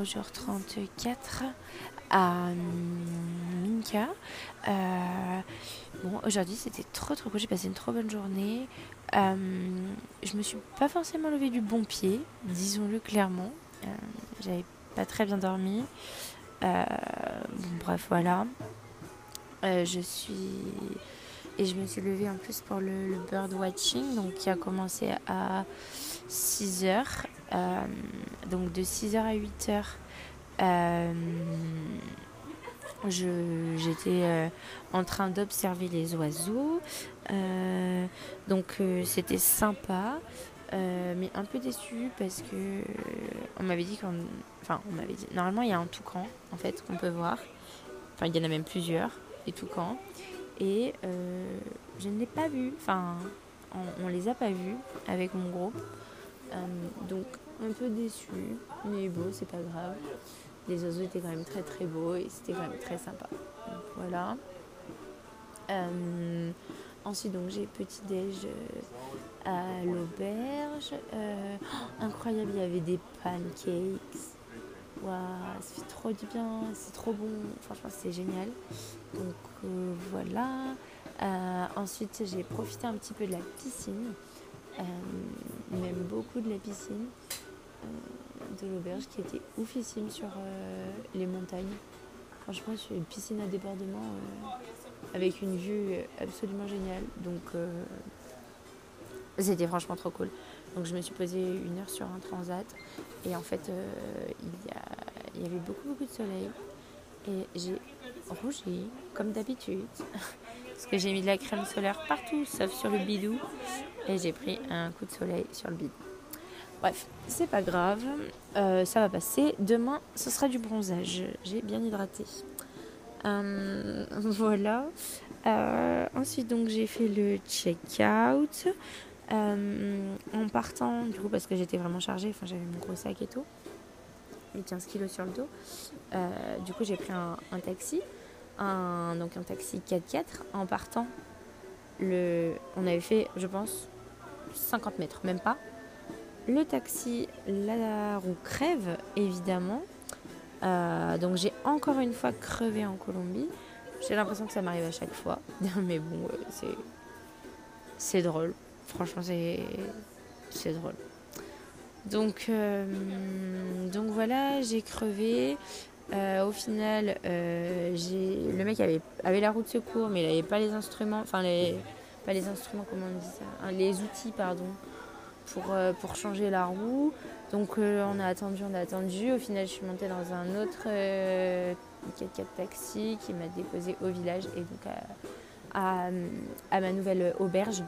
au jour 34 à Minka. Bon, aujourd'hui c'était trop cool, j'ai passé une trop bonne journée. Je me suis pas forcément levée du bon pied, disons-le clairement. J'avais pas très bien dormi. Bon, bref, voilà. Je me suis levée en plus pour le bird watching, donc qui a commencé à 6h. Donc de 6h à 8h, j'étais en train d'observer les oiseaux. C'était sympa, mais un peu déçue parce que on m'avait dit normalement il y a un toucan en fait qu'on peut voir. Enfin, il y en a même plusieurs, des toucans. Et je ne l'ai pas vu. Enfin, on les a pas vus avec mon groupe. Donc, un peu déçue. Mais bon, c'est pas grave. Les oiseaux étaient quand même très beaux et c'était quand même très sympa. Donc, voilà. Ensuite, donc, j'ai petit déj à l'auberge. Incroyable, il y avait des pancakes. Waouh, ça fait trop du bien, c'est trop bon, franchement c'est génial. Donc voilà. Ensuite j'ai profité un petit peu de la piscine, même beaucoup de la piscine de l'auberge qui était oufissime sur les montagnes. Franchement c'est une piscine à débordement avec une vue absolument géniale. Donc c'était franchement trop cool. Donc je me suis posée 1 heure sur un transat et en fait il y avait beaucoup de soleil et j'ai rougi comme d'habitude parce que j'ai mis de la crème solaire partout sauf sur le bidou et j'ai pris un coup de soleil sur le bidou. Bref, c'est pas grave, ça va passer. Demain ce sera du bronzage, j'ai bien hydraté. Voilà. Ensuite donc j'ai fait le check-out. En partant, du coup, parce que j'étais vraiment chargée, enfin j'avais mon gros sac et tout, et 15 kilos sur le dos, du coup j'ai pris un taxi, donc un taxi 4x4. En partant, on avait fait, je pense, 50 mètres, même pas. Le taxi, la roue crève, évidemment. Donc j'ai encore une fois crevé en Colombie. J'ai l'impression que ça m'arrive à chaque fois, mais bon, c'est drôle. Franchement, c'est drôle. Donc voilà, j'ai crevé. Au final, le mec avait la roue de secours, mais il n'avait pas les instruments, pas les instruments, comment on dit ça, les outils, pardon, pour changer la roue. Donc on a attendu. Au final, je suis montée dans un autre 4x4 taxi qui m'a déposée au village et donc à ma nouvelle auberge.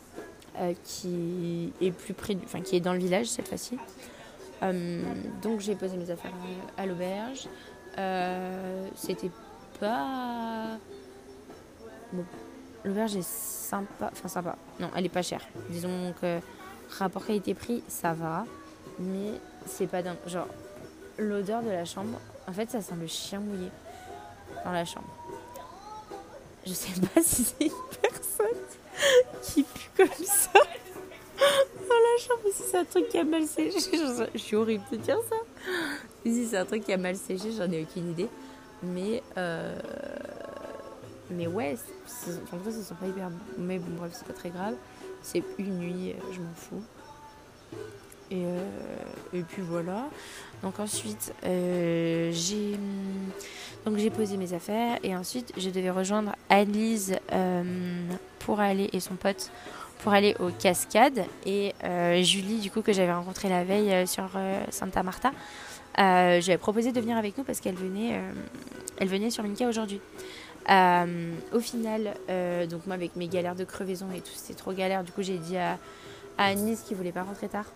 Qui est plus près qui est dans le village cette fois-ci. Donc j'ai posé mes affaires à l'auberge. C'était pas bon, l'auberge est sympa, non, elle est pas chère, disons que rapport qualité-prix ça va, mais c'est pas dingue. Genre l'odeur de la chambre, en fait ça sent le chien mouillé dans la chambre. Je sais pas si c'est une personne qui pue comme ça dans la chambre, si c'est un truc qui a mal séché. Je suis horrible de dire ça. Si c'est un truc qui a mal séché, j'en ai aucune idée. Mais ouais, en vrai, ça sent pas hyper. Mais bon, bref, c'est pas très grave. C'est une nuit, je m'en fous. Et puis voilà. Donc ensuite, j'ai posé mes affaires et ensuite je devais rejoindre Alice et son pote pour aller aux cascades et Julie du coup que j'avais rencontrée la veille sur Santa Marta. Je lui ai proposé de venir avec nous parce qu'elle venait sur Minka aujourd'hui. Au final, donc moi avec mes galères de crevaison et tout, c'était trop galère. Du coup j'ai dit à Alice qui voulait pas rentrer tard.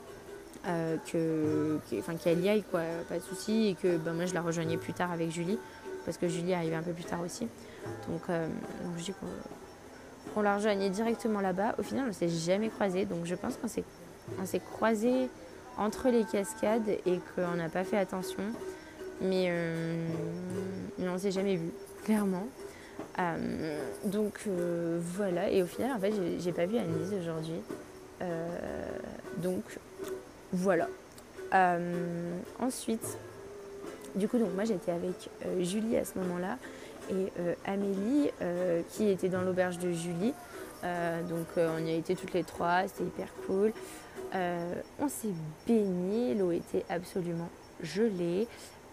Qu'elle y aille quoi, pas de souci, et que moi je la rejoignais plus tard avec Julie parce que Julie arrivait un peu plus tard aussi, donc je dis qu'on la rejoignait directement là-bas. Au final on s'est jamais croisés, donc je pense qu'on s'est croisés entre les cascades et qu'on n'a pas fait attention, mais on s'est jamais vus clairement. Voilà, et au final en fait j'ai pas vu Annelise aujourd'hui, donc voilà. Ensuite, Du coup, donc moi j'étais avec Julie à ce moment-là et Amélie qui était dans l'auberge de Julie. On y a été toutes les trois, c'était hyper cool. On s'est baigné, l'eau était absolument gelée.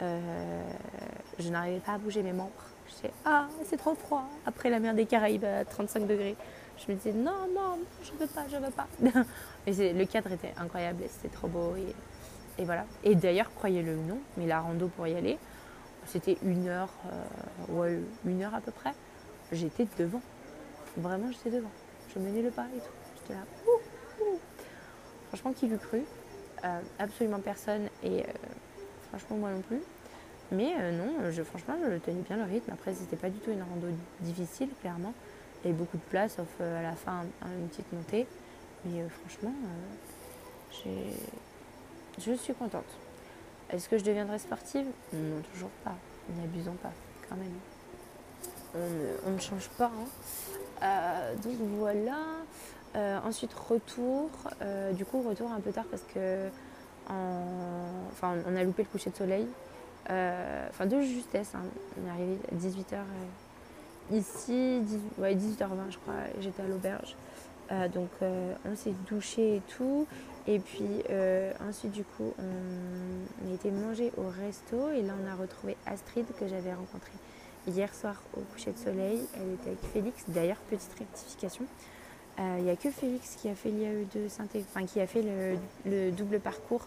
Je n'arrivais pas à bouger mes membres. Je disais ah c'est trop froid après la mer des Caraïbes à 35 degrés. Je me disais non je veux pas. Mais le cadre était incroyable, c'était trop beau et voilà. Et d'ailleurs croyez-le ou non, mais la rando pour y aller, c'était 1 heure, 1 heure à peu près. J'étais devant, vraiment j'étais devant. Je menais le pas et tout. J'étais là. Franchement qui l'eût cru, absolument personne et franchement moi non plus. Mais non, franchement, je tenais bien le rythme. Après, c'était pas du tout une rando difficile, clairement. Il y avait beaucoup de place, sauf à la fin, une petite montée. Mais franchement, je suis contente. Est-ce que je deviendrai sportive? Non, toujours pas. N'abusons pas, quand même. On ne change pas. Donc voilà. Ensuite, retour. Du coup, retour un peu tard parce que on a loupé le coucher de soleil. De justesse, hein. On est arrivé à 18h ici, 18h20 je crois, j'étais à l'auberge. On s'est douché et tout. Et puis ensuite du coup on a été manger au resto et là on a retrouvé Astrid que j'avais rencontrée hier soir au coucher de soleil. Elle était avec Félix. D'ailleurs, petite rectification, il n'y a que Félix qui a fait l'IAE de Saint-Étienne, qui a fait le double parcours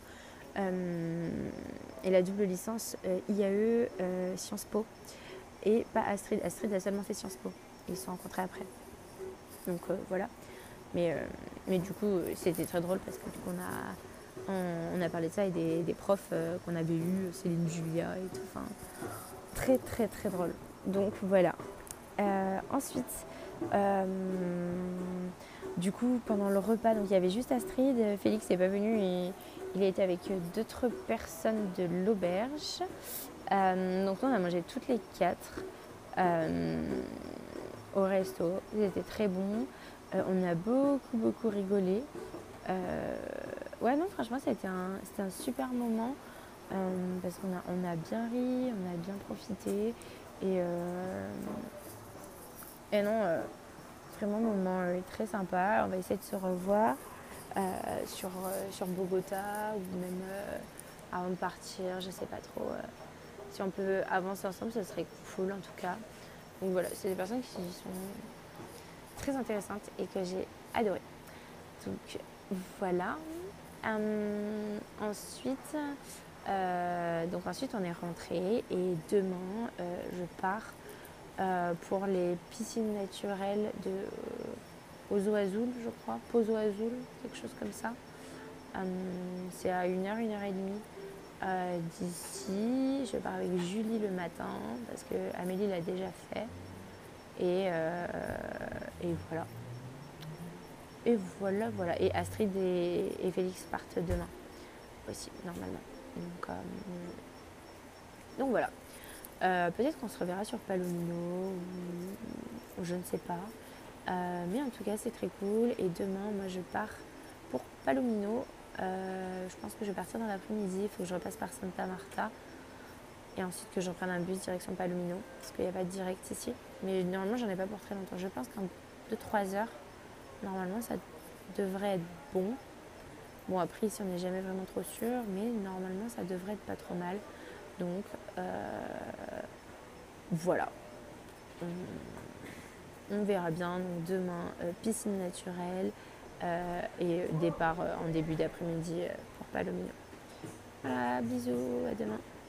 et la double licence IAE Sciences Po et pas Astrid. Astrid a seulement fait Sciences Po. Ils se sont rencontrés après. Donc voilà. Mais du coup, c'était très drôle parce que du coup, on a parlé de ça et des profs qu'on avait eus, Céline, Julia et tout. Enfin, très très très drôle. Donc voilà. Ensuite, du coup, pendant le repas, donc il y avait juste Astrid. Félix n'est pas venu et il a été avec d'autres personnes de l'auberge. Donc nous, on a mangé toutes les 4 au resto. Ils étaient très bons. On a beaucoup rigolé. Ouais, non, franchement, c'était un super moment parce qu'on a bien ri, on a bien profité. Et non, vraiment, moment très sympa. On va essayer de se revoir sur Bogota ou même avant de partir, je sais pas trop. Si on peut avancer ensemble, ce serait cool en tout cas. Donc voilà, c'est des personnes qui sont très intéressantes et que j'ai adorées. Donc voilà. Ensuite, on est rentré et demain, je pars pour les piscines naturelles de Pozo Azul, je crois. Pozo Azul, quelque chose comme ça. C'est à 1 heure, 1 heure et demie d'ici. Je pars avec Julie le matin parce que Amélie l'a déjà fait. Et voilà. Et voilà. Et Astrid et Félix partent demain aussi, normalement. Donc voilà. Peut-être qu'on se reverra sur Palomino ou je ne sais pas. Mais en tout cas, c'est très cool. Et demain, moi, je pars pour Palomino. Je pense que je vais partir dans l'après-midi. Il faut que je repasse par Santa Marta. Et ensuite que je reprenne un bus direction Palomino. Parce qu'il n'y a pas de direct ici. Mais normalement, j'en ai pas pour très longtemps. Je pense qu'en 2-3 heures, normalement, ça devrait être bon. Bon, après, ici, on n'est jamais vraiment trop sûr. Mais normalement, ça devrait être pas trop mal. Donc, voilà. On verra bien. Donc, demain, piscine naturelle et départ en début d'après-midi pour Palomino. Voilà, bisous, à demain.